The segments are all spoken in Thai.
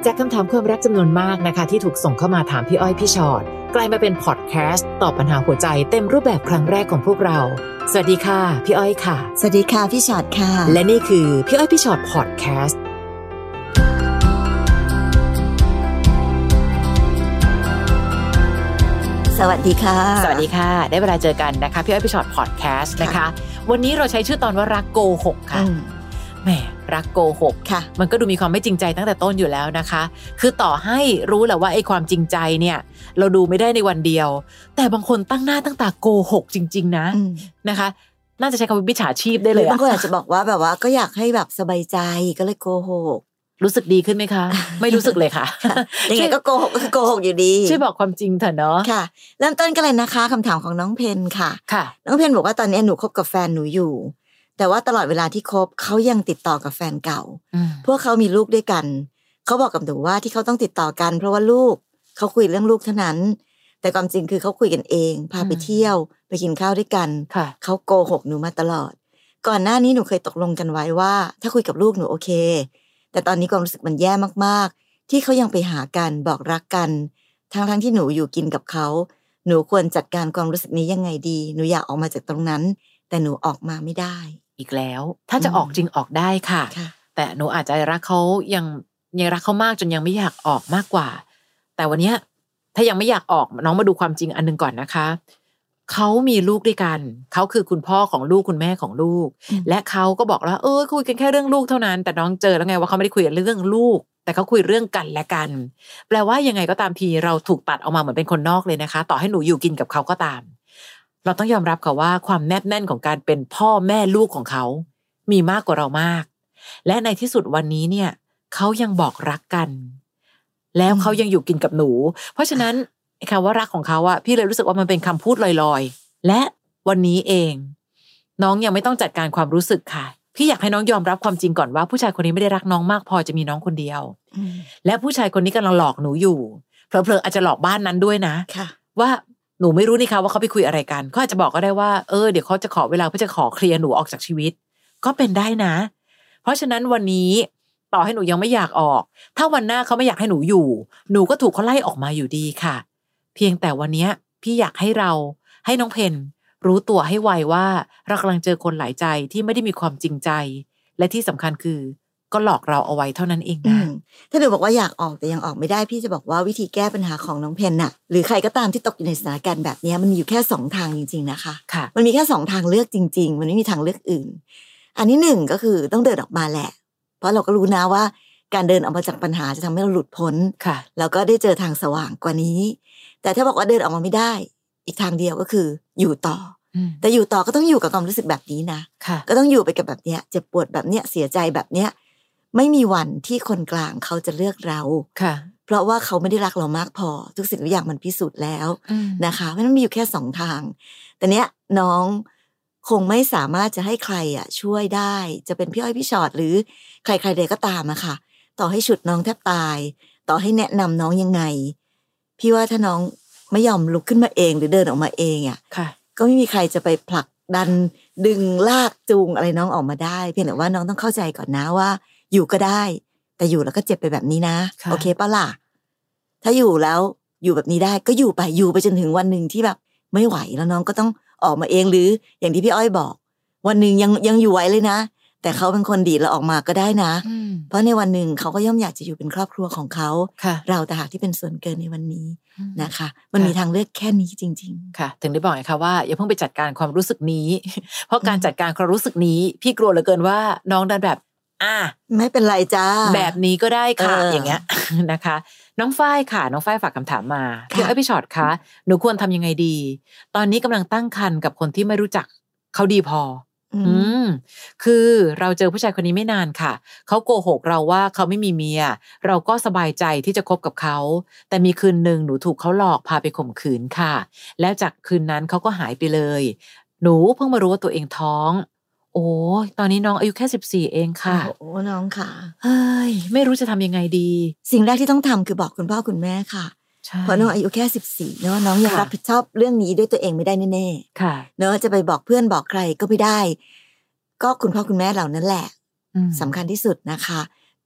จากคำถามความรักจำนวนมากนะคะที่ถูกส่งเข้ามาถามพี่อ้อยพี่ชอตกลายมาเป็นพอดแคสต์ตอบปัญหาหัวใจเต็มรูปแบบครั้งแรกของพวกเราสวัสดีค่ะพี่อ้อยค่ะสวัสดีค่ะพี่ชอตค่ะและนี่คือพี่อ้อยพี่ชอตพอดแคสต์สวัสดีค่ะสวัสดีค่ะได้เวลาเจอกันนะคะพี่อ้อยพี่ชอตพอดแคสต์นะคะวันนี้เราใช้ชื่อตอนว่ารักโกหกค่ะแหมรักโกหกค่ะมันก็ดูมีความไม่จริงใจตั้งแต่ต้นอยู่แล้วนะคะคือต่อให้รู้แหละว่าไอ้ความจริงใจเนี่ยเราดูไม่ได้ในวันเดียวแต่บางคนตั้งหน้าตั้งตาโกหกจริงๆนะนะคะน่าจะใช้คำว่ามิจฉาชีพได้เลยบางคนอาจจะบอกว่าแบบว่าก็อยากให้แบบสบายใจก็เลยโกหกรู้สึกดีขึ้นไหมคะไม่รู้สึกเลยค่ะยังไงก็โกหกก็คือโกหกอยู่ดีช่วยบอกความจริงเถอะเนาะค่ะเริ่มต้นกันเลยนะคะคำถามของน้องเพนค่ะน้องเพนบอกว่าตอนนี้หนูคบกับแฟนหนูอยู่แต่ว่าตลอดเวลาที่คบเขายังติดต่อกับแฟนเก่าพวกเขามีลูกด้วยกันเขาบอกกับหนูว่าที่เขาต้องติดต่อกันเพราะว่าลูกเขาคุยเรื่องลูกเท่านั้นแต่ความจริงคือเขาคุยกันเองพาไปเที่ยวไปกินข้าวด้วยกันเขาโกหกหนูมาตลอดก่อนหน้านี้หนูเคยตกลงกันไว้ว่าถ้าคุยกับลูกหนูโอเคแต่ตอนนี้ความรู้สึกมันแย่มากๆที่เขายังไปหากันบอกรักกันทั้งที่หนูอยู่กินกับเขาหนูควรจัดการความรู้สึกนี้ยังไงดีหนูอยากออกมาจากตรงนั้นแต่หนูออกมาไม่ได้อีกแล้วถ้าจะออกจริงออกได้ค่ะแต่หนูอาจจะรักเขายังรักเขามากจนยังไม่อยากออกมากกว่าแต่วันนี้ถ้ายังไม่อยากออกน้องมาดูความจริงอันนึงก่อนนะคะเขามีลูกด้วยกันเขาคือคุณพ่อของลูกคุณแม่ของลูกและเขาก็บอกแล้วคุยกันแค่เรื่องลูกเท่านั้นแต่น้องเจอแล้วไงว่าเขาไม่ได้คุยกันเรื่องลูกแต่เขาคุยเรื่องกันและกันแปลว่ายังไงก็ตามทีเราถูกตัดออกมาเหมือนเป็นคนนอกเลยนะคะต่อให้หนูอยู่กินกับเขาก็ตามเราต้องยอมรับค่ะว่าความแนบแน่นของการเป็นพ่อแม่ลูกของเขามีมากกว่าเรามากและในที่สุดวันนี้เนี่ยเขายังบอกรักกันแล้วเขายังอยู่กินกับหนูเพราะฉะนั้นคำว่ารักของเขาอะพี่เลยรู้สึกว่ามันเป็นคำพูดลอยๆและวันนี้เองน้องยังไม่ต้องจัดการความรู้สึกค่ะพี่อยากให้น้องยอมรับความจริงก่อนว่าผู้ชายคนนี้ไม่ได้รักน้องมากพอจะมีน้องคนเดียวและผู้ชายคนนี้กำลังหลอกหนูอยู่เผลอๆอาจจะหลอกบ้านนั้นด้วยนะว่าหนูไม่รู้นี่คะว่าเขาไปคุยอะไรกันเขาอาจจะบอกก็ได้ว่าเดี๋ยวเขาจะขอเวลาเพื่อจะขอเคลียร์หนูออกจากชีวิตก็เป็นได้นะเพราะฉะนั้นวันนี้ต่อให้หนูยังไม่อยากออกถ้าวันหน้าเขาไม่อยากให้หนูอยู่หนูก็ถูกเขาไล่ออกมาอยู่ดีค่ะเพียงแต่วันนี้พี่อยากให้น้องเพนรู้ตัวให้ไวว่าเรากำลังเจอคนหลายใจที่ไม่ได้มีความจริงใจและที่สำคัญคือก็หลอกเราเอาไว้เท่านั้นเองนะถ้าหนูบอกว่าอยากออกแต่ยังออกไม่ได้พี่จะบอกว่าวิธีแก้ปัญหาของน้องเพนน่ะหรือใครก็ตามที่ตกอยู่ในสถานการณ์แบบนี้มันมีอยู่แค่2ทางจริงๆนะคะมันมีแค่2ทางเลือกจริงๆมันไม่มีทางเลือกอื่นอันที่1ก็คือต้องเดินออกมาแหละเพราะเราก็รู้นะว่าการเดินออกมาจากปัญหาจะทำให้เราหลุดพ้นแล้วก็ได้เจอทางสว่างกว่านี้แต่ถ้าบอกว่าเดินออกมาไม่ได้อีกทางเดียวก็คืออยู่ต่อแต่อยู่ต่อก็ต้องอยู่กับความรู้สึกแบบนี้นะก็ต้องอยู่ไปกับแบบเนี้ยเจ็บปวดแบบเนี้ยเสียใจแบบเนี้ยไม่มีวันที่คนกลางเขาจะเลือกเราเพราะว่าเขาไม่ได้รักเรามากพอทุกสิ่งทุกอย่างมันพิสูจน์แล้วนะคะเพราะฉะนั้นมีอยู่แค่2ทางแต่เนี้ยน้องคงไม่สามารถจะให้ใครช่วยได้จะเป็นพี่อ้อยพี่ชอตหรือใครๆใดก็ตามอะค่ะต่อให้ฉุดน้องแทบตายต่อให้แนะนำน้องยังไงพี่ว่าถ้าน้องไม่ยอมลุกขึ้นมาเองหรือเดินออกมาเองก็ไม่มีใครจะไปผลักดันดึงลากจูงอะไรน้องออกมาได้เพียงแต่ว่าน้องต้องเข้าใจก่อนนะว่าอยู่ก็ได้แต่อยู่แล้วก็เจ็บไปแบบนี้นะโอเคป่ะล่ะถ้าอยู่แล้วอยู่แบบนี้ได้ก็อยู่ไปจนถึงวันนึงที่แบบไม่ไหวแล้วน้องก็ต้องออกมาเองหรืออย่างที่พี่อ้อยบอกวันนึงยังอยู่ไว้เลยนะแต่เขาเป็นคนดีแล้วออกมาก็ได้นะเพราะในวันหนึ่งเขาก็ย่อมอยากจะอยู่เป็นครอบครัวของเขาเราแต่หากที่เป็นส่วนเกินในวันนี้นะคะมันมีทางเลือกแค่นี้จริงๆค่ะถึงได้บอกไงคะว่าอย่าเพิ่งไปจัดการความรู้สึกนี้เพราะการจัดการความรู้สึกนี้พี่กลัวเหลือเกินว่าน้องดันแบบไม่เป็นไรจ้าแบบนี้ก็ได้ค่ะอย่างเงี้ยนะคะน้องฝ้ายค่ะน้องฝ้ายฝากคำถามมาพี่ชอตคะหนูควรทำยังไงดีตอนนี้กำลังตั้งครรภ์กับคนที่ไม่รู้จักเขาดีพอคือเราเจอผู้ชายคนนี้ไม่นานค่ะเขาโกหกเราว่าเขาไม่มีเมียเราก็สบายใจที่จะคบกับเขาแต่มีคืนนึงหนูถูกเขาหลอกพาไปข่มขืนค่ะแล้วจากคืนนั้นเขาก็หายไปเลยหนูเพิ่งมารู้ว่าตัวเองท้องโอ้ตอนนี้น้องอายุแค่14เองค่ะโอ้น้องค่ะเฮ้ยไม่รู้จะทำยังไงดีสิ่งแรกที่ต้องทำคือบอกคุณพ่อคุณแม่ค่ะเพราะน้องอายุแค่14เนาะน้องยังรับผิดชอบเรื่องนี้ด้วยตัวเองไม่ได้แน่ๆค่ะเนาะจะไปบอกเพื่อนบอกใครก็ไม่ได้ก็คุณพ่อคุณแม่เรานั่นแหละสำคัญที่สุดนะคะ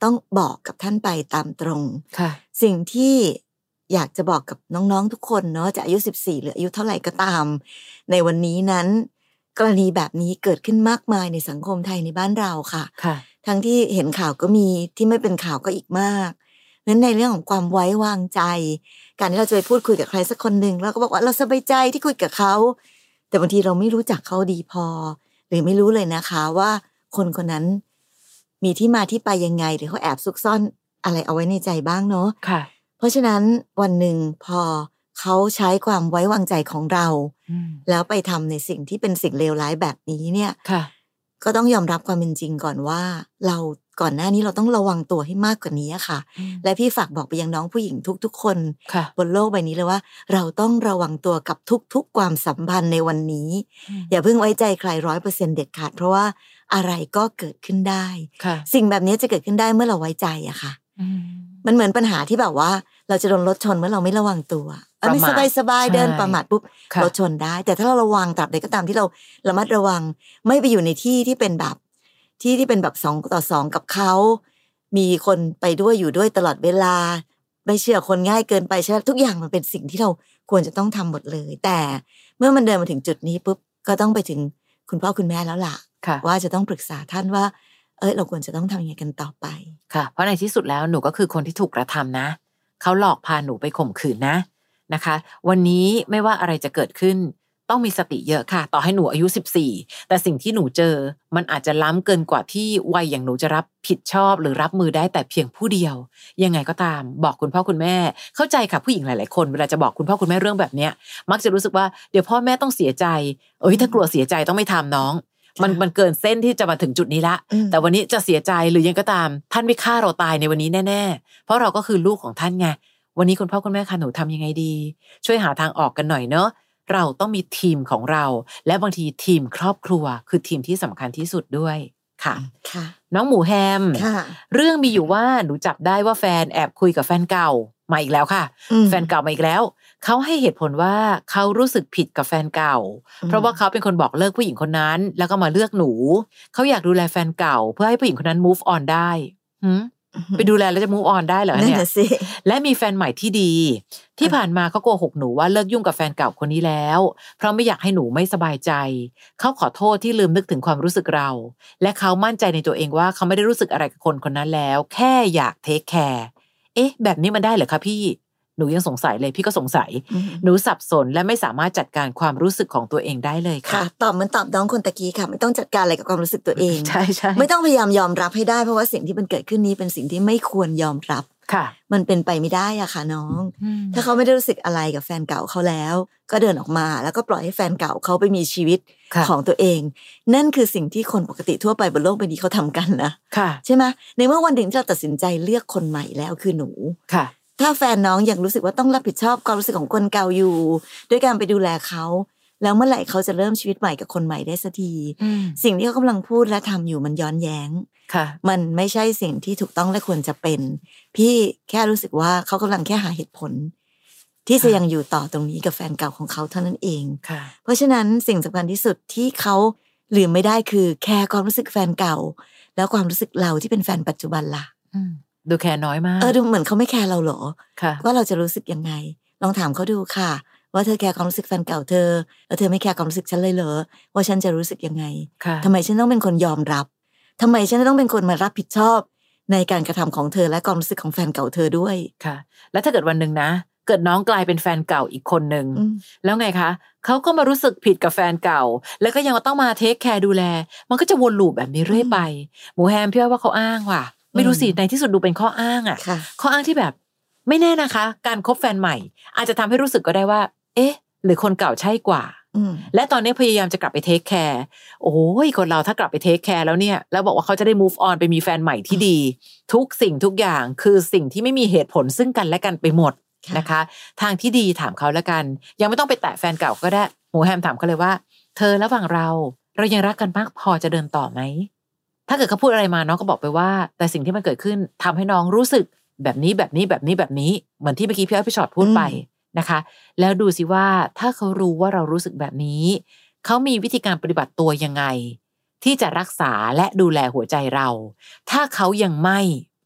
ต้องบอกกับท่านไปตามตรงค่ะสิ่งที่อยากจะบอกกับน้องๆทุกคนเนาะจะอายุ14หรืออายุเท่าไหร่ก็ตามในวันนี้นั้นกรณีแบบนี้เกิดขึ้นมากมายในสังคมไทยในบ้านเราค่ะทั้งที่เห็นข่าวก็มีที่ไม่เป็นข่าวก็อีกมากนั้นในเรื่องของความไว้วางใจการที่เราจะไปพูดคุยกับใครสักคนหนึ่งเราก็บอกว่าเราสบายใจที่คุยกับเขาแต่บางทีเราไม่รู้จักเขาดีพอหรือไม่รู้เลยนะคะว่าคนคนนั้นมีที่มาที่ไปยังไงหรือเขาแอบซุกซ่อนอะไรเอาไว้ในใจบ้างเนาะเพราะฉะนั้นวันหนึ่งพอเขาใช้ความไว้วางใจของเราแล้วไปทำในสิ่งที่เป็นสิ่งเลวร้ายแบบนี้เนี่ยก็ต้องยอมรับความเป็นจริงก่อนว่าเราก่อนหน้านี้เราต้องระวังตัวให้มากกว่านี้ค่ะและพี่ฝากบอกไปยังน้องผู้หญิงทุกๆคนบนโลกใบนี้เลยว่าเราต้องระวังตัวกับทุกๆความสัมพันธ์ในวันนี้อย่าเพิ่งไว้ใจใคร 100% เด็ดขาดเพราะว่าอะไรก็เกิดขึ้นได้สิ่งแบบนี้จะเกิดขึ้นได้เมื่อเราไว้ใจอะค่ะมันเหมือนปัญหาที่แบบว่าเราจะโดนรถชนเมื่อเราไม่ระวังตัวไม่สบายเดินประมาทปุ๊บรถชนได้แต่ถ้าเราระวังตราบใดก็ตามที่เราระมัดระวังไม่ไปอยู่ในที่ที่เป็นแบบที่เป็นแบบ2 ต่อ 2กับเขามีคนไปด้วยอยู่ด้วยตลอดเวลาไม่เชื่อคนง่ายเกินไปใช่ไหมทุกอย่างมันเป็นสิ่งที่เราควรจะต้องทำหมดเลยแต่เมื่อมันเดินมาถึงจุดนี้ปุ๊บก็ต้องไปถึงคุณพ่อคุณแม่แล้วล่ะว่าจะต้องปรึกษาท่านว่าเราควรจะต้องทำยังไงกันต่อไปค่ะเพราะในที่สุดแล้วหนูก็คือคนที่ถูกกระทำนะเขาหลอกพาหนูไปข่มขืนนะคะวันนี้ไม่ว่าอะไรจะเกิดขึ้นต้องมีสติเยอะค่ะต่อให้หนูอายุ14แต่สิ่งที่หนูเจอมันอาจจะล้ำเกินกว่าที่วัยอย่างหนูจะรับผิดชอบหรือรับมือได้แต่เพียงผู้เดียวยังไงก็ตามบอกคุณพ่อคุณแม่เข้าใจค่ะผู้หญิงหลายๆคนเวลาจะบอกคุณพ่อคุณแม่เรื่องแบบเนี้ยมักจะรู้สึกว่าเดี๋ยวพ่อแม่ต้องเสียใจถ้ากลัวเสียใจต้องไม่ทำน้องมันเกินเส้นที่จะมาถึงจุดนี้ละแต่วันนี้จะเสียใจหรือยังก็ตามท่านไม่ฆ่าเราตายในวันนี้แน่ๆเพราะเราก็คือลูกของท่านไงวันนี้คุณพ่อคุณแม่คะหนูทำยังไงดีช่วยหาทางออกกันหน่อยเนอะเราต้องมีทีมของเราและบางทีทีมครอบครัวคือทีมที่สำคัญที่สุดด้วยค่ะน้องหมูแฮมเรื่องมีอยู่ว่าหนูจับได้ว่าแฟนแอบคุยกับแฟนเก่ามาอีกแล้วค่ะแฟนเก่ามาอีกแล้วเขาให้เหตุผลว่าเขารู้สึกผิดกับแฟนเก่าเพราะว่าเขาเป็นคนบอกเลิกผู้หญิงคนนั้นแล้วก็มาเลือกหนูเขาอยากดูแลแฟนเก่าเพื่อให้ผู้หญิงคนนั้น move on ได้ไปดูแลแล้วจะ move on ได้เหรอเนี่ยและมีแฟนใหม่ที่ดีที่ผ่านมาเขาโกหกหนูว่าเลิกยุ่งกับแฟนเก่าคนนี้แล้วเพราะไม่อยากให้หนูไม่สบายใจเขาขอโทษที่ลืมนึกถึงความรู้สึกเราและเขามั่นใจในตัวเองว่าเขาไม่ได้รู้สึกอะไรกับคนคนนั้นแล้วแค่อยากเทคแคร์แบบนี้มันได้เหรอคะพี่หนูยังสงสัยเลยพี่ก็สงสัยหนูสับสนและไม่สามารถจัดการความรู้สึกของตัวเองได้เลยค่ะตอบน้องคนตะกี้ค่ะไม่ต้องจัดการอะไรกับความรู้สึกตัวเองใช่ไม่ต้องพยายามยอมรับให้ได้เพราะว่าสิ่งที่มันเกิดขึ้นนี้เป็นสิ่งที่ไม่ควรยอมรับค่ะมันเป็นไปไม่ได้อะค่ะน้องถ้าเขาไม่ได้รู้สึกอะไรกับแฟนเก่าเขาแล้วก็เดินออกมาแล้วก็ปล่อยให้แฟนเก่าเขาไปมีชีวิตของตัวเองนั่นคือสิ่งที่คนปกติทั่วไปบนโลกใบนี้เขาทำกันนะใช่ไหมในเมื่อวันหนึ่งที่เราตัดสินใจเลือกคนใหม่แล้วคือหนูค่ะถ้าแฟนน้องยังรู้สึกว่าต้องรับผิดชอบความรู้สึกของคนเก่าอยู่ด้วยการไปดูแลเขาแล้วเมื่อไหร่เขาจะเริ่มชีวิตใหม่กับคนใหม่ได้สักทีสิ่งที่เขากำลังพูดและทำอยู่มันย้อนแย้งมันไม่ใช่สิ่งที่ถูกต้องและควรจะเป็นพี่แค่รู้สึกว่าเขากำลังแค่หาเหตุผลที่จะยังอยู่ต่อตรงนี้กับแฟนเก่าของเขาเท่านั้นเองเพราะฉะนั้นสิ่งสำคัญที่สุดที่เขาลืมไม่ได้คือแคร์ความรู้สึกแฟนเก่าแล้วความรู้สึกเราที่เป็นแฟนปัจจุบันล่ะดูแคร์น้อยมากดูเหมือนเขาไม่แคร์เราหรอว่าเราจะรู้สึกยังไงลองถามเขาดูค่ะว่าเธอแคร์ความรู้สึกแฟนเก่าเธอแล้วเธอไม่แคร์ความรู้สึกฉันเลยเหรอว่าฉันจะรู้สึกยังไงทำไมฉันต้องเป็นคนยอมรับทำไมฉันต้องเป็นคนมารับผิดชอบในการกระทำของเธอและความรู้สึกของแฟนเก่าเธอด้วยค่ะแล้วถ้าเกิดวันนึงนะเกิดน้องกลายเป็นแฟนเก่าอีกคนนึงแล้วไงคะเขาก็มารู้สึกผิดกับแฟนเก่าแล้วก็ยังต้องมาเทคแคร์ดูแลมันก็จะวนลูปแบบนี้เรื่อยไปหมูแฮมพี่ว่าเขาอ้างว่ะไม่รู้สิในที่สุดดูเป็นข้ออ้างข้ออ้างที่แบบไม่แน่นะคะการคบแฟนใหม่อาจจะทำให้รู้สึกก็ได้ว่าหรือคนเก่าใช่กว่าและตอนนี้พยายามจะกลับไปเทคแคร์โอ้ยคนเราถ้ากลับไปเทคแคร์แล้วเนี่ยแล้วบอกว่าเขาจะได้ move on ไปมีแฟนใหม่ที่ดีทุกสิ่งทุกอย่างคือสิ่งที่ไม่มีเหตุผลซึ่งกันและกันไปหมดนะคะทางที่ดีถามเขาแล้วกันยังไม่ต้องไปแตะแฟนเก่าก็ได้หมูแฮมถามเขาเลยว่าเธอระหว่างเรายังรักกันมากพอจะเดินต่อไหมถ้าเกิดเขาพูดอะไรมาน้องก็บอกไปว่าแต่สิ่งที่มันเกิดขึ้นทำให้น้องรู้สึกแบบนี้เหมือนที่เมื่อกี้พี่อ้อยพี่ชอตพูดไปนะคะแล้วดูสิว่าถ้าเขารู้ว่าเรารู้สึกแบบนี้เขามีวิธีการปฏิบัติตัวยังไงที่จะรักษาและดูแลหัวใจเราถ้าเขายังไม่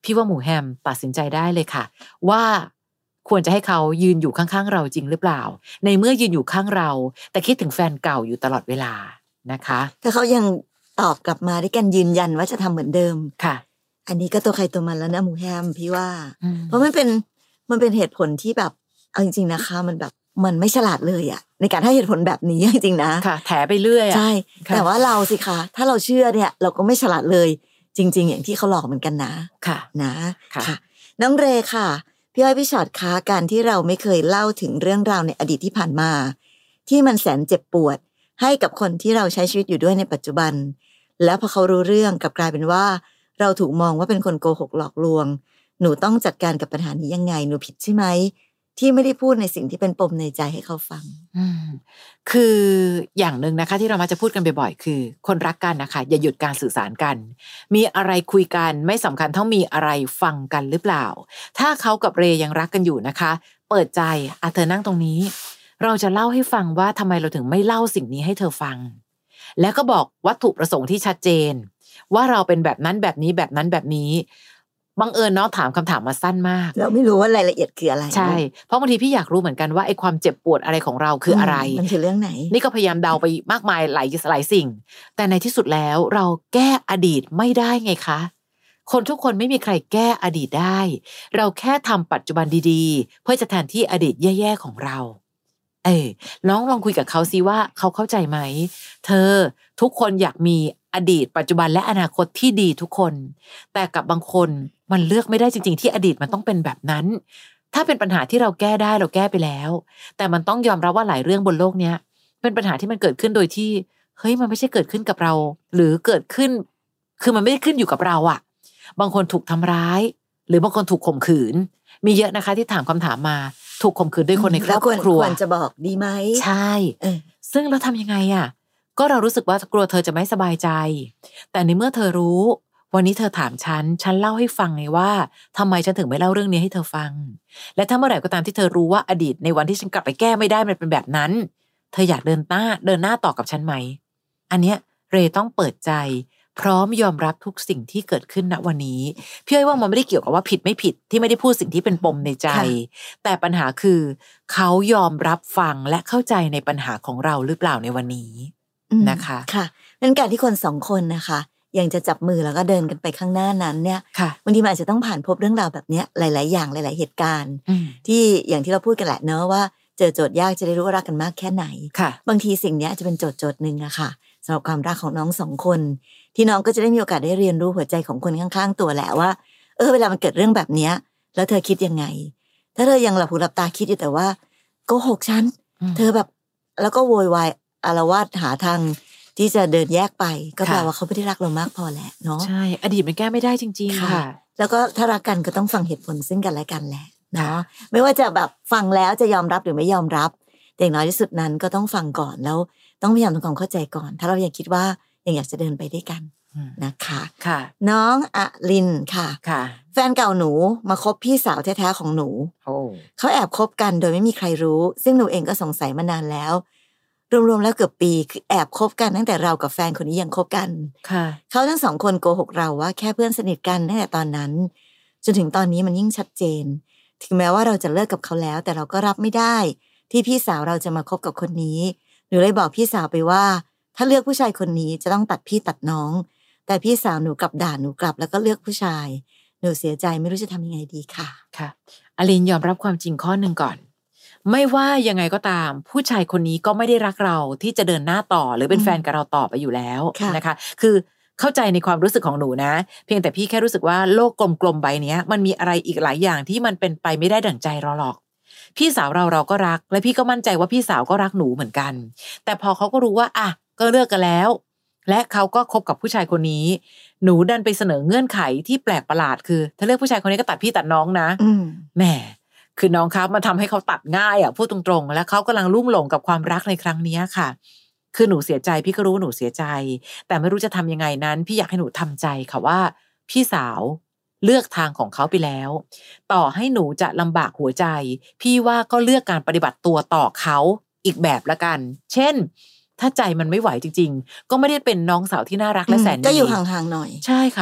พี่ว่าหมูแฮมตัดสินใจได้เลยค่ะว่าควรจะให้เขายืนอยู่ข้างๆเราจริงหรือเปล่าในเมื่อยืนอยู่ข้างเราแต่คิดถึงแฟนเก่าอยู่ตลอดเวลานะคะถ้าเขายังตอบกลับมาด้วยกันยืนยันว่าจะทำเหมือนเดิมค่ะอันนี้ก็ตัวใครตัวมันแล้วนะหมูแฮมพี่ว่าเพราะมันเป็นเหตุผลที่แบบเอาจริงๆนะคะมันแบบมันไม่ฉลาดเลยอะในการให้เหตุผลแบบนี้จริงๆนะค่ะแถไปเรื่อยใช่แต่ว่าเราสิคะถ้าเราเชื่อเนี่ยเราก็ไม่ฉลาดเลยจริงๆอย่างที่เขาหลอกเหมือนกันนะค่ะนะค่ะน้องเรค่ะพี่อ้อยพี่ชอตคะการที่เราไม่เคยเล่าถึงเรื่องราวในอดีตที่ผ่านมาที่มันแสนเจ็บปวดให้กับคนที่เราใช้ชีวิตอยู่ด้วยในปัจจุบันแล้วพอเขารู้เรื่องกลับกลายเป็นว่าเราถูกมองว่าเป็นคนโกหกหลอกลวงหนูต้องจัดการกับปัญหานี้ยังไงหนูผิดใช่ไหมที่ไม่ได้พูดในสิ่งที่เป็นปมในใจให้เขาฟังคืออย่างหนึ่งนะคะที่เรามาจะพูดกันบ่อยๆคือคนรักกันนะคะอย่าหยุดการสื่อสารกันมีอะไรคุยกันไม่สำคัญเท่ามีอะไรฟังกันหรือเปล่าถ้าเขากับเรยังรักกันอยู่นะคะเปิดใจเธอนั่งตรงนี้เราจะเล่าให้ฟังว่าทำไมเราถึงไม่เล่าสิ่งนี้ให้เธอฟังแล้วก็บอกวัตถุประสงค์ที่ชัดเจนว่าเราเป็นแบบนั้นแบบนี้แบบนั้นแบบนี้บังเอิญน้องถามคำถามมาสั้นมากเราไม่รู้ว่ารายละเอียดคืออะไรใช่เพราะบางทีพี่อยากรู้เหมือนกันว่าไอ้ความเจ็บปวดอะไรของเราคืออะไรมันคือเรื่องไหนนี่ก็พยายามเดาไปมากมายหลายสิ่งแต่ในที่สุดแล้วเราแก้อดีตไม่ได้ไงคะคนทุกคนไม่มีใครแก้อดีตได้เราแค่ทำปัจจุบันดีๆเพื่อจะแทนที่อดีตแย่ๆของเราน้องลองคุยกับเขาซิว่าเขาเข้าใจไหมเธอทุกคนอยากมีอดีตปัจจุบันและอนาคตที่ดีทุกคนแต่กับบางคนมันเลือกไม่ได้จริงๆที่อดีตมันต้องเป็นแบบนั้นถ้าเป็นปัญหาที่เราแก้ได้เราแก้ไปแล้วแต่มันต้องยอมรับว่าหลายเรื่องบนโลกเนี้ยเป็นปัญหาที่มันเกิดขึ้นโดยที่เฮ้ยมันไม่ใช่เกิดขึ้นกับเราหรือเกิดขึ้นคือมันไม่ได้ขึ้นอยู่กับเราอะบางคนถูกทำร้ายหรือบางคนถูกข่มขืนมีเยอะนะคะที่ถามคำถามมาถูกข่มขืนด้วยคนในครอบครัวควรจะบอกดีไหมใช่ซึ่งเราทำยังไงอะก็เรารู้สึกว่ากลัวเธอจะไม่สบายใจแต่ในเมื่อเธอรู้วันนี้เธอถามฉันเล่าให้ฟังไงว่าทำไมฉันถึงไม่เล่าเรื่องนี้ให้เธอฟังและถ้าเมื่อไหร่ก็ตามที่เธอรู้ว่าอดีตในวันที่ฉันกลับไปแก้ไม่ได้มันเป็นแบบนั้นเธออยากเดินหน้าต่อกับฉันไหมอันเนี้ยเรต้องเปิดใจพร้อมยอมรับทุกสิ่งที่เกิดขึ้นณวันนี้พี่อ้อยว่ามันไม่ได้เกี่ยวกับว่าผิดไม่ผิดที่ไม่ได้พูดสิ่งที่เป็นปมในใจแต่ปัญหาคือเขายอมรับฟังและเข้าใจในปัญหาของเราหรือเปล่าในวันนี้นะคะค่ะนั่นการที่คนสองคนนะคะยังจะจับมือแล้วก็เดินกันไปข้างหน้านั้นเนี่ยบางทีมันอาจจะต้องผ่านพบเรื่องราวแบบนี้หลายๆอย่างหลายๆเหตุการณ์ที่อย่างที่เราพูดกันแหละเนอะว่าเจอโจทย์ยากจะได้รู้ว่ารักกันมากแค่ไหนบางทีสิ่งนี้จะเป็นโจทย์หนึ่งอะค่ะสำหรับความรักของน้องสองคนที่น้องก็จะได้มีโอกาสได้เรียนรู้หัวใจของคนข้างๆตัวแหละว่าเวลามันเกิดเรื่องแบบนี้แล้วเธอคิดยังไงถ้าเธอยังหลับหูหลับตาคิดอยู่แต่ว่าโกหกฉันเธอแบบแล้วก็โวยวายอาละวาดหาทางที่จะเดินแยกไปก็แปลว่าเขาไม่ได้รักเรามากพอแหละเนาะใช่อดีตมันแก้ไม่ได้จริงๆค่ะแล้วก็ถ้ารักกันก็ต้องฟังเหตุผลซึ่งกันและกันแหละเนาะไม่ว่าจะแบบฟังแล้วจะยอมรับหรือไม่ยอมรับแต่อย่างน้อยที่สุดนั้นก็ต้องฟังก่อนแล้วต้องพยายามทำความเข้าใจก่อนถ้าเรายังคิดว่ายังอยากจะเดินไปด้วยกันนะคะค่ะน้องอลินค่ะแฟนเก่าหนูมาคบพี่สาวแท้ๆของหนูเขาแอบคบกันโดยไม่มีใครรู้ซึ่งหนูเองก็สงสัยมานานแล้วรวมๆแล้วเกือบปีคือแอบคบกันตั้งแต่เรากับแฟนคนนี้ยังคบกันเขาทั้งสองคนโกหกเราว่าแค่เพื่อนสนิทกันตั้งแต่ตอนนั้นจนถึงตอนนี้มันยิ่งชัดเจนถึงแม้ว่าเราจะเลิกกับเขาแล้วแต่เราก็รับไม่ได้ที่พี่สาวเราจะมาคบกับคนนี้หนูเลยบอกพี่สาวไปว่าถ้าเลือกผู้ชายคนนี้จะต้องตัดพี่ตัดน้องแต่พี่สาวหนูกลับด่าหนูกลับแล้วก็เลือกผู้ชายหนูเสียใจไม่รู้จะทำยังไงดีค่ะค่ะอลินยอมรับความจริงข้อหนึ่งก่อนไม่ว่ายังไงก็ตามผู้ชายคนนี้ก็ไม่ได้รักเราที่จะเดินหน้าต่อหรือเป็นแฟนกับเราต่อไปอยู่แล้วนะคะคือเข้าใจในความรู้สึกของหนูนะเพียงแต่พี่แค่รู้สึกว่าโลกกลมๆใบนี้มันมีอะไรอีกหลายอย่างที่มันเป็นไปไม่ได้ดั่งใจเราหรอกพี่สาวเราก็รักและพี่ก็มั่นใจว่าพี่สาวก็รักหนูเหมือนกันแต่พอเขาก็รู้ว่าอ่ะก็เลิกกันแล้วและเขาก็คบกับผู้ชายคนนี้หนูดันไปเสนอเงื่อนไขที่แปลกประหลาดคือถ้าเลือกผู้ชายคนนี้ก็ตัดพี่ตัดน้องนะแหมคือน้องครับมันทำให้เขาตัดง่ายอ่ะพูดตรงๆแล้วเขากำลังลุ่มหลงกับความรักในครั้งนี้ค่ะคือหนูเสียใจพี่ก็รู้หนูเสียใจแต่ไม่รู้จะทำยังไงนั้นพี่อยากให้หนูทำใจค่ะว่าพี่สาวเลือกทางของเขาไปแล้วต่อให้หนูจะลำบากหัวใจพี่ว่าก็เลือกการปฏิบัติตัวต่อเขาอีกแบบละกันเช่นถ้าใจมันไม่ไหวจริงๆก็ไม่ได้เป็นน้องสาวที่น่ารักและแสนดีก็อยู่ห่างๆหน่อยใช่ค่ะ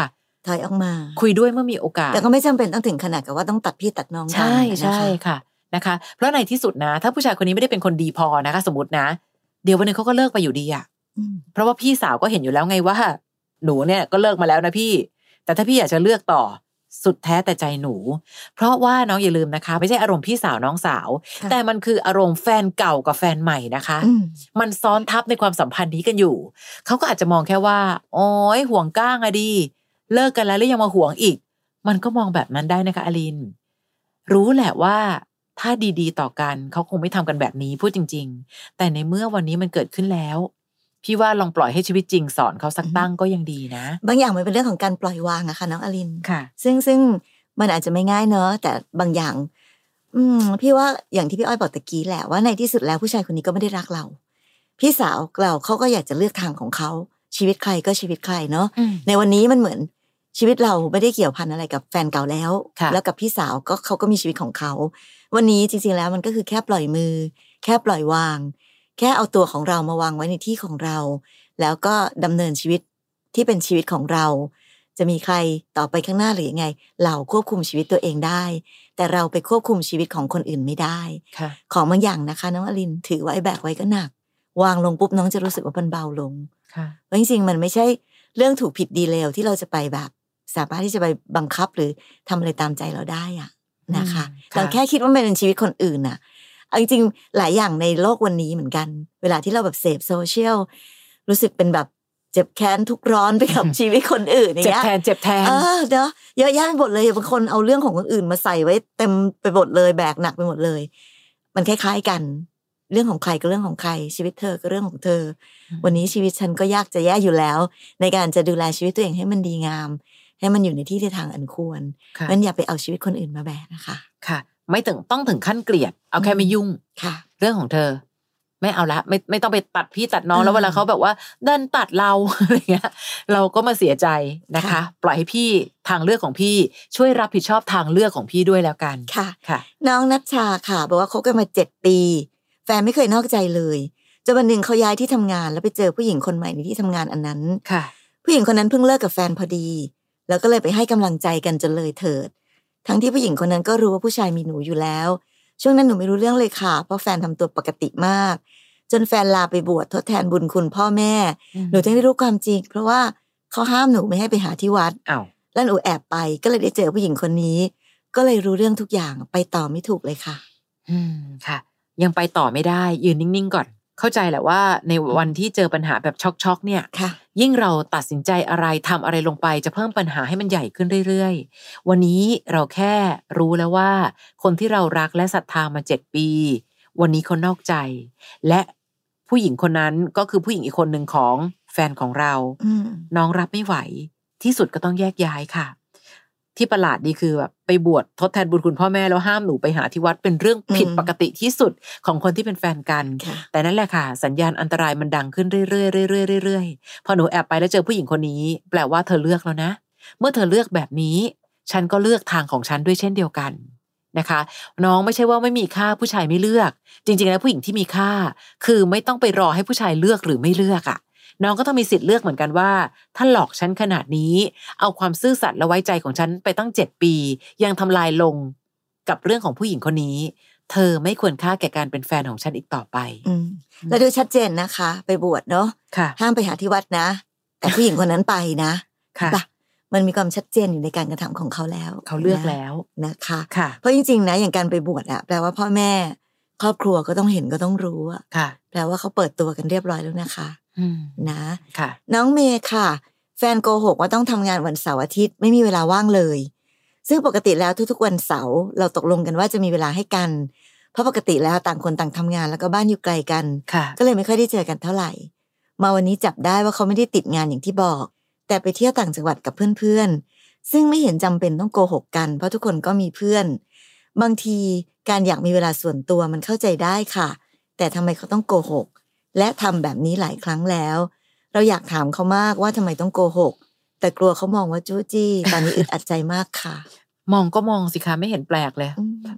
ถอยออกมาคุยด้วยเมื่อมีโอกาสแต่ก็ไม่จำเป็นต้องถึงขนาดกับว่าต้องตัดพี่ตัดน้องกันใช่ค่ะนะคะเพราะในที่สุดนะถ้าผู้ชายคนนี้ไม่ได้เป็นคนดีพอนะคะสมมตินะเดี๋ยววันนึงเขาก็เลิกไปอยู่ดีอ่ะเพราะว่าพี่สาวก็เห็นอยู่แล้วไงว่าหนูเนี่ยก็เลิกมาแล้วนะพี่แต่ถ้าพี่อยากจะเลือกต่อสุดแท้แต่ใจหนูเพราะว่าน้องอย่าลืมนะคะไม่ใช่อารมณ์พี่สาวน้องสาวแต่มันคืออารมณ์แฟนเก่ากับแฟนใหม่นะคะมันซ้อนทับในความสัมพันธ์นี้กันอยู่เขาก็อาจจะมองแค่ว่าโอ๊ยห่วงก้างอะดีเลิกกันแล้วยังมาห่วงอีกมันก็มองแบบนั้นได้นะคะอลินรู้แหละว่าถ้าดีๆต่อกันเขาคงไม่ทำกันแบบนี้พูดจริงๆแต่ในเมื่อวันนี้มันเกิดขึ้นแล้วพี่ว่าลองปล่อยให้ชีวิตจริงสอนเขาสักตั้งก็ยังดีนะบางอย่างมันเป็นเรื่องของการปล่อยวางอะค่ะน้องอลินค่ะซึ่งมันอาจจะไม่ง่ายเนอะแต่บางอย่างพี่ว่าอย่างที่พี่อ้อยบอกตะกี้แหละว่าในที่สุดแล้วผู้ชายคนนี้ก็ไม่ได้รักเราพี่สาวเราเขาก็อยากจะเลือกทางของเขาชีวิตใครก็ชีวิตใครเนาะในวันนี้มันเหมือนชีวิตเราไม่ได้เกี่ยวพันอะไรกับแฟนเก่าแล้วแล้วกับพี่สาวก็เขาก็มีชีวิตของเขาวันนี้จริงๆแล้วมันก็คือแค่ปล่อยมือแค่ปล่อยวางแค่เอาตัวของเรามาวางไว้ในที่ของเราแล้วก็ดำเนินชีวิตที่เป็นชีวิตของเราจะมีใครต่อไปข้างหน้าหรือยังไงเราควบคุมชีวิตตัวเองได้แต่เราไปควบคุมชีวิตของคนอื่นไม่ได้ของบางอย่างนะคะน้องอลินถือไว้แบกไว้ก็หนักวางลงปุ๊บน้องจะรู้สึกว่ามันเบาลงเพราะจริงๆมันไม่ใช่เรื่องถูกผิดดีเลวที่เราจะไปแบบสามารถที่จะไปบังคับหรือทำอะไรตามใจเราได้อะนะคะเราแค่คิดว่ามันเป็นชีวิตคนอื่นน่ะจริงๆหลายอย่างในโลกวันนี้เหมือนกันเวลาที่เราแบบเสพโซเชียลรู้สึกเป็นแบบเจ็บแค้นทุกร้อนไปกับชีวิตคนอื่นอย่างเงี้ยเจ็บแทนเนาะเยอะแยะไปหมดเลยบางคนเอาเรื่องของคนอื่นมาใส่ไว้เต็มไปหมดเลยแบกหนักไปหมดเลยมันคล้ายๆกันเรื่องของใครก็เรื่องของใครชีวิตเธอก็เรื่องของเธอวันนี้ชีวิตฉันก็ยากจะแย่อยู่แล้วในการจะดูแลชีวิตตัวเองให้มันดีงามให้มันอยู่ในที่ทางอันควรงั้นอย่าไปเอาชีวิตคนอื่นมาแบกนะคะค่ะไม่ต้องถึงขั้นเกลียดเอาแค่ไม่ยุ่งค่ะเรื่องของเธอไม่เอาละไม่ต้องไปตัดพี่ตัดน้องแล้วเวลาเขาแบบว่าดันตัดเราอะไรเงี้ยเราก็มาเสียใจนะคะปล่อยให้พี่ทางเลือกของพี่ช่วยรับผิดชอบทางเลือกของพี่ด้วยแล้วกันค่ะน้องณัชชาค่ะบอกว่าคบกันมา7 ปีแฟนไม่เคยนอกใจเลยจนวันหนึ่งเขาย้ายที่ทำงานแล้วไปเจอผู้หญิงคนใหม่ในที่ทำงานอันนั้นผู้หญิงคนนั้นเพิ่งเลิกกับแฟนพอดีแล้วก็เลยไปให้กำลังใจกันจนเลยเถิดทั้งที่ผู้หญิงคนนั้นก็รู้ว่าผู้ชายมีหนูอยู่แล้วช่วงนั้นหนูไม่รู้เรื่องเลยค่ะเพราะแฟนทำตัวปกติมากจนแฟนลาไปบวชทดแทนบุญคุณพ่อแม่หนูจึงได้รู้ความจริงเพราะว่าเขาห้ามหนูไม่ให้ไปหาที่วัดแล้วหนูแอบไปก็เลยได้เจอผู้หญิงคนนี้ก็เลยรู้เรื่องทุกอย่างไปต่อไม่ถูกเลยค่ะค่ะยังไปต่อไม่ได้ยืนนิ่งๆก่อนเข้าใจแหละว่าในวันที่เจอปัญหาแบบช็อกๆเนี่ยยิ่งเราตัดสินใจอะไรทำอะไรลงไปจะเพิ่มปัญหาให้มันใหญ่ขึ้นเรื่อยๆวันนี้เราแค่รู้แล้วว่าคนที่เรารักและศรัทธามา7 ปีวันนี้เขานอกใจและผู้หญิงคนนั้นก็คือผู้หญิงอีกคนหนึ่งของแฟนของเราน้องรับไม่ไหวที่สุดก็ต้องแยกย้ายค่ะที่ประหลาดดีคือแบบไปบวชทดแทนบุญคุณพ่อแม่แล้วห้ามหนูไปหาที่วัดเป็นเรื่องผิดปกติที่สุดของคนที่เป็นแฟนกันแต่นั่นแหละค่ะสัญญาณอันตรายมันดังขึ้นเรื่อยๆเรื่อยๆพอหนูแอบไปแล้วเจอผู้หญิงคนนี้แปลว่าเธอเลือกแล้วนะเมื่อเธอเลือกแบบนี้ฉันก็เลือกทางของฉันด้วยเช่นเดียวกันนะคะน้องไม่ใช่ว่าไม่มีค่าผู้ชายไม่เลือกจริงๆแล้วผู้หญิงที่มีค่าคือไม่ต้องไปรอให้ผู้ชายเลือกหรือไม่เลือกอ่ะน้องก็ต้องมีสิทธิ์เลือกเหมือนกันว่าถ้าหลอกฉันขนาดนี้เอาความซื่อสัตย์และไว้ใจของฉันไปตั้ง7 ปียังทำลายลงกับเรื่องของผู้หญิงคนนี้เธอไม่ควรค่าแก่การเป็นแฟนของฉันอีกต่อไปแล้วดูชัดเจนนะคะไปบวชเนาะห้ามไปหาที่วัดนะแต่ผู้หญิงคนนั้นไปนะค่ะมันมีความชัดเจนอยู่ในการกระทำของเขาแล้วเขาเลือกแล้วนะคะเพราะจริงๆนะอย่างการไปบวชอะแปลว่าพ่อแม่ครอบครัวก็ต้องเห็นก็ต้องรู้อะแปลว่าเขาเปิดตัวกันเรียบร้อยแล้วนะคะนะน้องเมย์ค่ะแฟนโกหกว่าต้องทำงานวันเสาร์อาทิตย์ไม่มีเวลาว่างเลยซึ่งปกติแล้วทุกๆวันเสาร์เราตกลงกันว่าจะมีเวลาให้กันเพราะปกติแล้วต่างคนต่างทำงานแล้วก็บ้านอยู่ไกลกันก็เลยไม่ค่อยได้เจอกันเท่าไหร่มาวันนี้จับได้ว่าเขาไม่ได้ติดงานอย่างที่บอกแต่ไปเที่ยวต่างจังหวัดกับเพื่อนๆซึ่งไม่เห็นจำเป็นต้องโกหกกันเพราะทุกคนก็มีเพื่อนบางทีการอยากมีเวลาส่วนตัวมันเข้าใจได้ค่ะแต่ทำไมเขาต้องโกหกและทำแบบนี้หลายครั้งแล้วเราอยากถามเขามากว่าทำไมต้องโกหกแต่กลัวเขามองว่าจู้จี้ตอนนี้อึดอัดใจมากค่ะมองก็มองสิคะไม่เห็นแปลกเลย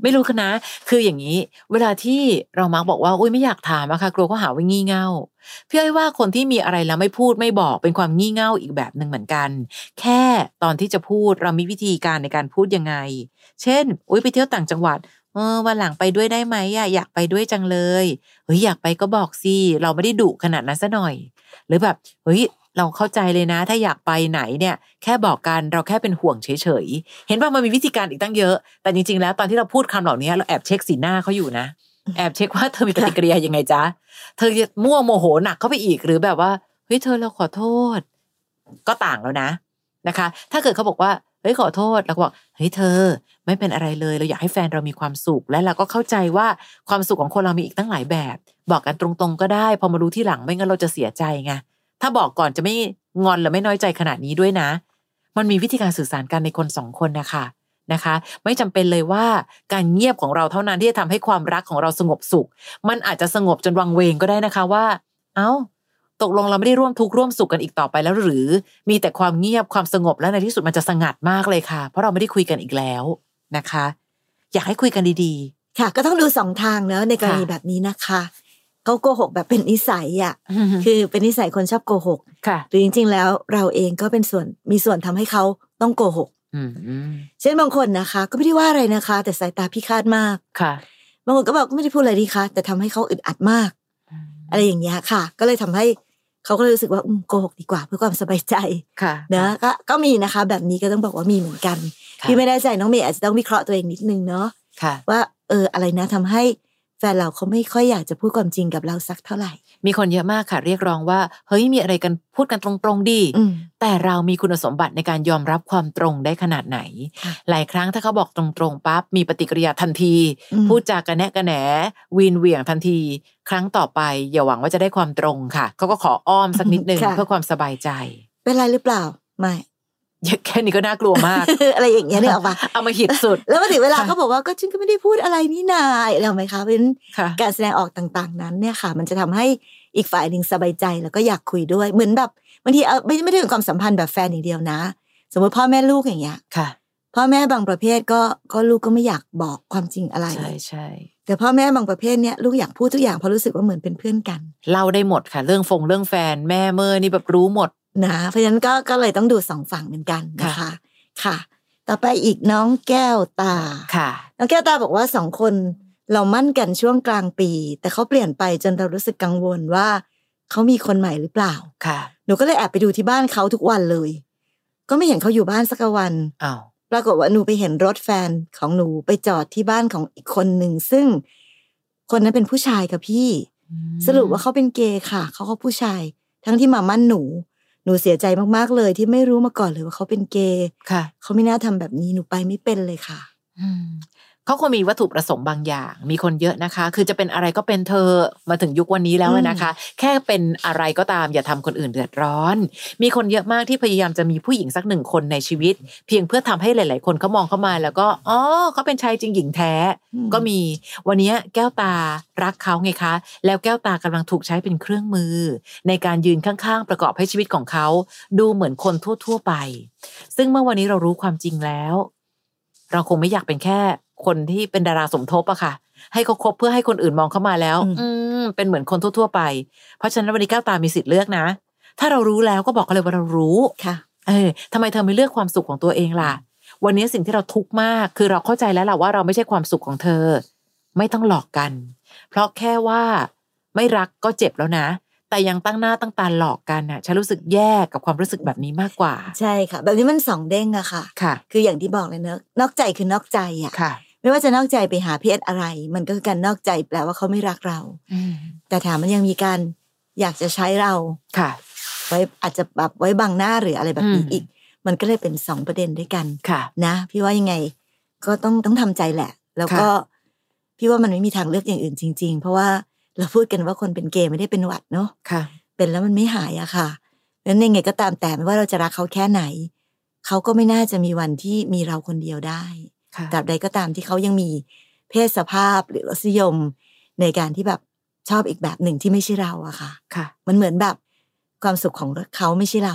ไม่รู้นะคืออย่างนี้เวลาที่เรามักบอกว่าอุ้ยไม่อยากถามอะค่ะกลัวเขาหาว่างี่เง่าพี่อ้อยว่าคนที่มีอะไรแล้วไม่พูดไม่บอกเป็นความงี่เง่าอีกแบบหนึ่งเหมือนกันแค่ตอนที่จะพูดเรามีวิธีการในการพูดยังไงเช่นอุ้ยไปเที่ยวต่างจังหวัดวันหลังไปด้วยได้ไหมอยากไปด้วยจังเลยเฮ้ยอยากไปก็บอกสิเราไม่ได้ดุขนาดนั้นซะหน่อยหรือแบบเฮ้ยเราเข้าใจเลยนะถ้าอยากไปไหนเนี่ยแค่บอกกันเราแค่เป็นห่วงเฉยๆเห็นว่ามันมีวิธีการอีกตั้งเยอะแต่จริงๆแล้วตอนที่เราพูดคำเหล่านี้เราแอบเช็คสีหน้าเขาอยู่นะแอบเช็คว่าเธอมีปฏิกิริยายังไงจ๊ะเธอจะมั่วโมโหหนักเข้าไปอีกหรือแบบว่าเฮ้ยเธอเราขอโทษก็ต่างแล้วนะคะถ้าเกิดเขาบอกว่าเฮ้ยขอโทษเราก็บอกเฮ้ยเธอไม่เป็นอะไรเลยเราอยากให้แฟนเรามีความสุขและเราก็เข้าใจว่าความสุขของคนเรามีอีกตั้งหลายแบบบอกกันตรงๆก็ได้พอมารู้ที่หลังไม่งั้นเราจะเสียใจไงถ้าบอกก่อนจะไม่งอนหรือไม่น้อยใจขนาดนี้ด้วยนะมันมีวิธีการสื่อสารกันในคนสองคนนะคะไม่จำเป็นเลยว่าการเงียบของเราเท่านั้นที่จะทำให้ความรักของเราสงบสุขมันอาจจะสงบจนวังเวงก็ได้นะคะว่าเอ้าตกลงเราไม่ได้ร่วมทุกข์ร่วมสุขกันอีกต่อไปแล้วหรือมีแต่ความเงียบความสงบแล้วในที่สุดมันจะสงัดมากเลยค่ะเพราะเราไม่ได้คุยกันอีกแล้วนะคะอยากให้คุยกันดีๆค่ะก็ต้องดู2ทางเนอะในกรณีแบบนี้นะคะเขาโกหกแบบเป็นนิสัยอ่ะคือเป็นนิสัยคนชอบโกหกหรือจริงๆแล้วเราเองก็เป็นมีส่วนทำให้เขาต้องโกหกเช่นบางคนนะคะก็ไม่ได้ว่าอะไรนะคะแต่สายตาพิฆาตมากค่ะบางคนก็บอกไม่ได้พูดอะไรดีคะแต่ทำให้เขาอึดอัดมากอะไรอย่างเงี้ยค่ะก็เลยทำให้เขาก็เลยรู้สึกว่าโกหกดีกว่าเพื่อความสบายใจนะก็มีนะคะแบบนี้ก็ต้องบอกว่ามีเหมือนกันพี่ไม่ได้ใจน้องเมย์อาจจะต้องวิเคราะห์ตัวเองนิดนึงเนาะว่าอะไรนะทำให้แฟนเราเขาไม่ค่อยอยากจะพูดความจริงกับเราสักเท่าไหร่มีคนเยอะมากค่ะเรียกร้องว่าเฮ้ยมีอะไรกันพูดกันตรงๆดิแต่เรามีคุณสมบัติในการยอมรับความตรงได้ขนาดไหนหลายครั้งถ้าเขาบอกตรงๆปั๊บมีปฏิกิริยาทันทีพูดจากระแนะกระแหนวีนเหวี่ยงทันทีครั้งต่อไปอย่าหวังว่าจะได้ความตรงค่ะเขาก็ขออ้อมสักนิดนึง เพื่อความสบายใจเป็นไรหรือเปล่าไม่แค่นี้ก็น่ากลัวมากอะไรอย่างเงี้ยเนี่ยออกมาเอามาหิดสุดแล้วมาถึงเวลาเขาบอกว่าก็ฉันก็ไม่ได้พูดอะไรนี่นาอะไรไหมคะเป็นการแสดงออกต่างๆนั้นเนี่ยค่ะมันจะทำให้อีกฝ่ายหนึ่งสบายใจแล้วก็อยากคุยด้วยเหมือนแบบบางทีไม่ได้ถึงความสัมพันธ์แบบแฟนอย่างเดียวนะสมมติพ่อแม่ลูกอย่างเงี้ยพ่อแม่บางประเภทก็ลูกก็ไม่อยากบอกความจริงอะไรใช่แต่พ่อแม่บางประเภทเนี้ยลูกอยากพูดทุกอย่างเพราะรู้สึกว่าเหมือนเป็นเพื่อนกันเล่าได้หมดค่ะเรื่องแฟนแม่เมื่อนี่แบบรู้หมดนะเพราะฉะนั้นก็เลยต้องดู2ฝั่งเหมือนกันนะคะค่ะต่อไปอีกน้องแก้วตาค่ะน้องแก้วตาบอกว่า2คนเรามั่นกันช่วงกลางปีแต่เขาเปลี่ยนไปจนเรารู้สึกกังวลว่าเขามีคนใหม่หรือเปล่าค่ะหนูก็เลยแอบไปดูที่บ้านเขาทุกวันเลยก็ไม่เห็นเขาอยู่บ้านสักวันปรากฏว่าหนูไปเห็นรถแฟนของหนูไปจอดที่บ้านของอีกคนหนึ่งซึ่งคนนั้นเป็นผู้ชายค่ะพี่สรุปว่าเขาเป็นเกย์ค่ะเขาผู้ชายทั้งที่มามั่นหนูเสียใจมากๆเลยที่ไม่รู้มาก่อนเลยว่าเขาเป็นเกย์เขาไม่น่าทำแบบนี้หนูไปไม่เป็นเลยค่ะเขาคงมีวัตถุประสงค์บางอย่างมีคนเยอะนะคะคือจะเป็นอะไรก็เป็นเธอมาถึงยุควันนี้แล้วนะคะแค่เป็นอะไรก็ตามอย่าทำคนอื่นเดือดร้อนมีคนเยอะมากที่พยายามจะมีผู้หญิงสัก1คนในชีวิตเพียงเพื่อทำให้หลายๆคนเขามองเข้ามาแล้วก็อ๋อเขาเป็นชายจริงหญิงแท้ก็มีวันนี้แก้วตารักเขาไงคะแล้วแก้วตากำลังถูกใช้เป็นเครื่องมือในการยืนข้างๆประกอบให้ชีวิตของเขาดูเหมือนคนทั่วๆไปซึ่งเมื่อวันนี้เรารู้ความจริงแล้วเราคงไม่อยากเป็นแค่คนที่เป็นดาราสมทบอะค่ะให้เขาคบเพื่อให้คนอื่นมองเข้ามาแล้วเป็นเหมือนคนทั่วๆไปเพราะฉะนั้นวันนี้แก้วตามีสิทธิ์เลือกนะถ้าเรารู้แล้วก็บอกเขาเลยว่าเรารู้ค่ะทำไมเธอไม่เลือกความสุขของตัวเองล่ะวันนี้สิ่งที่เราทุกข์มากคือเราเข้าใจแล้วล่ะว่าเราไม่ใช่ความสุขของเธอไม่ต้องหลอกกันเพราะแค่ว่าไม่รักก็เจ็บแล้วนะแต่ยังตั้งหน้าตั้งตาหลอกกันน่ะฉันรู้สึกแย่กับความรู้สึกแบบนี้มากกว่าใช่ค่ะแบบนี้มัน2เด้งอะค่ะคืออย่างที่บอกเลยเนอะนอกใจคือนอกใจอะไม่ว่าจะนอกใจไปหาเพศอะไรมันก็คือการนอกใจแปลว่าเขาไม่รักเราแต่ถามมันยังมีการอยากจะใช้เราไว้อาจจะแบบไว้บังหน้าหรืออะไรแบบนี้อีกมันก็เลยเป็น2ประเด็นด้วยกันนะพี่ว่ายังไงก็ต้องทำใจแหละแล้วก็พี่ว่ามันไม่มีทางเลือกอย่างอื่นจริงๆเพราะว่าเราพูดกันว่าคนเป็นเกย์ไม่ได้เป็นหวัดเนาะเป็นแล้วมันไม่หายอะค่ะงั้นยังไงก็ตามแต่ไม่ว่าเราจะรักเขาแค่ไหนเขาก็ไม่น่าจะมีวันที่มีเราคนเดียวได้ตราบใดก็ตามที่เขายังมีเพศสภาพหรือรสนิยมในการที่แบบชอบอีกแบบหนึ่งที่ไม่ใช่เราอะค่ะมันเหมือนแบบความสุขของเขาไม่ใช่เราอะ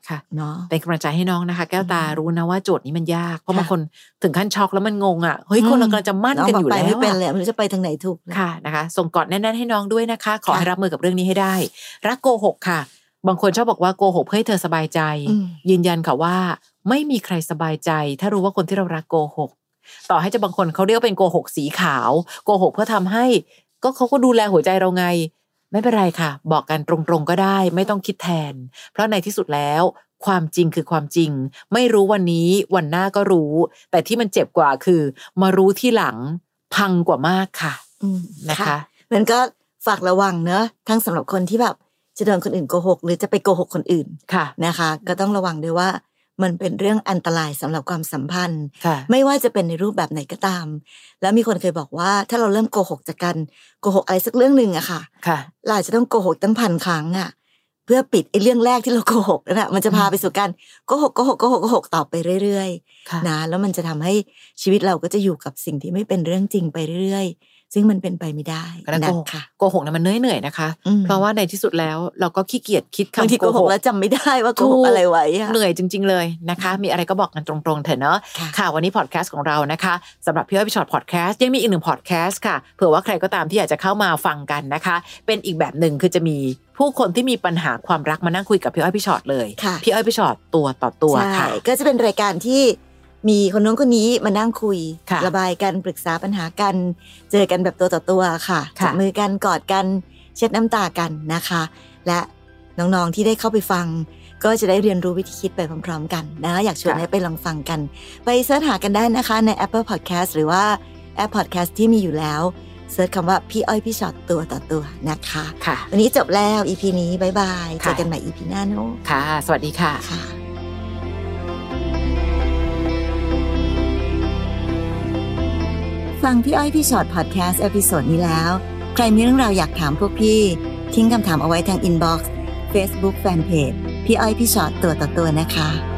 ค่ะเนาะเป็นกำลังใจให้น้องนะคะแก้วตารู้นะว่าโจทย์นี้มันยากเพราะบางคนถึงขั้นช็อกแล้วมันงงเฮ้ยคนเรากำลังจะมั่นกันอยู่แล้วไม่เป็นเลยไม่รู้จะไปทางไหนถูกค่ะนะคะส่งกอดแน่นๆให้น้องด้วยนะคะขอให้รับมือกับเรื่องนี้ให้ได้รักโกหกค่ะบางคนชอบบอกว่าโกหกเพื่อให้เธอสบายใจยืนยันค่ะว่าไม่มีใครสบายใจถ้ารู้ว่าคนที่เรารักโกหกต่อให้จะบางคนเขาเรียกว่าเป็นโกหกสีขาวโกหกเพื่อทำให้ก็เขาก็ดูแลหัวใจเราไงไม่เป็นไรค่ะบอกกันตรงๆก็ได้ไม่ต้องคิดแทนเพราะในที่สุดแล้วความจริงคือความจริงไม่รู้วันนี้วันหน้าก็รู้แต่ที่มันเจ็บกว่าคือมารู้ที่หลังพังกว่ามากค่ะนะคะมันก็ฝากระวังเนอะทั้งสำหรับคนที่แบบจะโดนคนอื่นโกหกหรือจะไปโกหกคนอื่นนะคะก็ต้องระวังด้วยว่ามันเป็นเรื่องอันตรายสำหรับความสัมพันธ์ไม่ว่าจะเป็นในรูปแบบไหนก็ตามแล้วมีคนเคยบอกว่าถ้าเราเริ่มโกหกจากกันโกหกอะไรสักเรื่องนึงอะค่ะเราอาจจะต้องโกหกตั้ง1,000 ครั้งอะเพื่อปิดไอ้เรื่องแรกที่เราโกหกนั่นแหละมันจะพาไปสู่การโกหกต่อไปเรื่อยๆนะแล้วมันจะทำให้ชีวิตเราก็จะอยู่กับสิ่งที่ไม่เป็นเรื่องจริงไปเรื่อยๆซึ่งมันเป็นไปไม่ได้นะคะโกหกนะมันเหนื่อยนะคะเพราะว่าในที่สุดแล้วเราก็ขี้เกียจคิดคำโกหกแล้วจำไม่ได้ว่าโกหกอะไรไว้เหนื่อยจริงๆเลยนะคะมีอะไรก็บอกกันตรงๆเถอะเนาะค่ะวันนี้พอดแคสต์ของเรานะคะสำหรับพี่อ้อยพี่ชอตพอดแคสต์ยังมีอีก1พอดแคสต์ค่ะเผื่อว่าใครก็ตามที่อยากจะเข้ามาฟังกันนะคะเป็นอีกแบบหนึ่งคือจะมีผู้คนที่มีปัญหาความรักมานั่งคุยกับพี่อ้อยพี่ชอตเลยพี่อ้อยพี่ชอตตัวต่อตัวค่ะก็จะเป็นรายการที่มีคนนู้นคนนี้มานั่งคุยระบายกันปรึกษาปัญหากันเจอกันแบบตัวต่อตัวค่ะจับมือกันกอดกันเช็ดน้ำตากันนะคะและน้องๆที่ได้เข้าไปฟังก็จะได้เรียนรู้วิธีคิดไปพร้อมๆกันนะอยากชวนให้ไปลองฟังกันไปเสิร์ชหากันได้นะคะใน Apple Podcast หรือว่าแอป Podcast ที่มีอยู่แล้วเสิร์ชคำว่าพี่อ้อยพี่ชอตตัวต่อตัวนะคะวันนี้จบแล้ว EP นี้บ๊ายบายเจอกันใหม่ EP หน้าเนาะค่ะสวัสดีค่ะฟังพี่อ้อยพี่ชอตพอดแคสต์เอพิโซดนี้แล้วใครมีเรื่องราวอยากถามพวกพี่ทิ้งคำถามเอาไว้ทางอินบ็อกซ์ Facebook Fanpage พี่อ้อยพี่ชอตตัวต่อตัวนะคะ